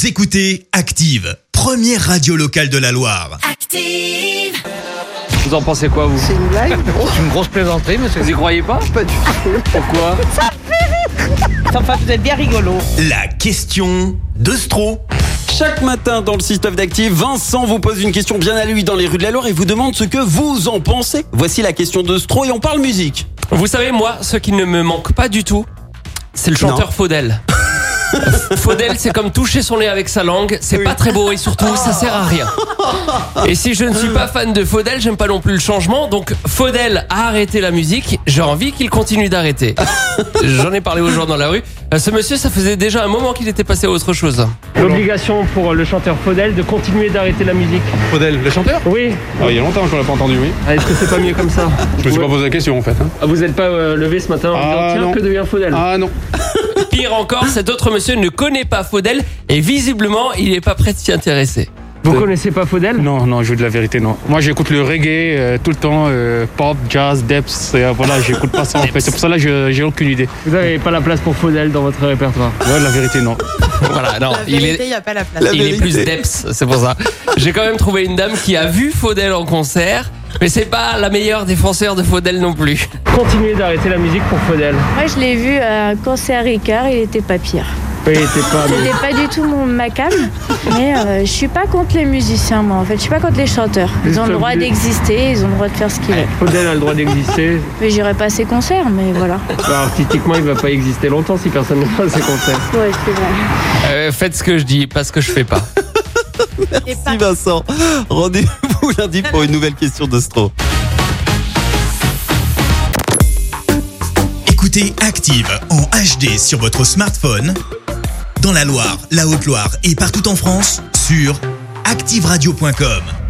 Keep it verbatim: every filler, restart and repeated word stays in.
Vous écoutez Active, première radio locale de la Loire. Active. Vous en pensez quoi, vous? C'est une blague? C'est une grosse plaisanterie, monsieur. Vous y croyez pas? Pas du tout. Pourquoi? Enfin, vous êtes bien rigolo. La question de Stro. Chaque matin dans le système d'Active, Vincent vous pose une question bien à lui dans les rues de la Loire et vous demande ce que vous en pensez. Voici la question de Stro et on parle musique. Vous savez, moi, ce qui ne me manque pas du tout, c'est le chanteur Non. Faudel. Faudel, c'est comme toucher son nez avec sa langue, c'est pas très beau et surtout, ça sert à rien. Et si je ne suis pas fan de Faudel, j'aime pas non plus le changement, donc Faudel a arrêté la musique, j'ai envie qu'il continue d'arrêter. J'en ai parlé aux gens dans la rue. Ce monsieur, ça faisait déjà un moment qu'il était passé à autre chose. L'obligation pour le chanteur Faudel de continuer d'arrêter la musique. Faudel, le chanteur? Oui. Ah, il y a longtemps qu'on l'a pas entendu, oui. Ah, est-ce que c'est pas mieux comme ça? Je me suis Ouais. pas posé la question en fait. hein. Ah, vous n'êtes pas euh, levé ce matin en Ah, disant tiens, non. que devient Faudel? Ah non. Pire encore, cet autre monsieur ne connaît pas Faudel et visiblement, il n'est pas prêt de s'y intéresser. Vous connaissez pas Faudel? Non, non, je veux de la vérité, non. Moi, j'écoute le reggae euh, tout le temps, euh, pop, jazz, depths, euh, voilà, j'écoute pas ça en fait. C'est pour ça là, je j'ai aucune idée. Vous n'avez pas la place pour Faudel dans votre répertoire. Ouais, la vérité, non. Voilà, non, La il vérité, est... il n'y a pas la place. La Il est vérité. plus Deps, c'est pour ça. J'ai quand même trouvé une dame qui a vu Faudel en concert, mais c'est pas la meilleure défenseur de Faudel non plus. Continuez d'arrêter la musique pour Faudel. Moi, je l'ai vu à un concert Ricard, il était pas pire. Oui, il était pas. mais- C'était pas du tout mon ma cam, mais euh, je suis pas contre les musiciens, moi. En fait, je suis pas contre les chanteurs. Ils ont le droit d'exister, ils ont le droit de faire ce qu'ils veulent. Faudel a le droit d'exister. Mais j'irai pas à ses concerts, mais voilà. Bah, artistiquement, il va pas exister longtemps si personne ne va à ses concerts. Ouais, c'est vrai. Euh, faites ce que je dis, pas ce que je fais pas. Merci Vincent. Rendez-vous lundi pour une nouvelle question de Stro. Écoutez Active en H D sur votre smartphone, dans la Loire, la Haute-Loire et partout en France, sur active radio point com.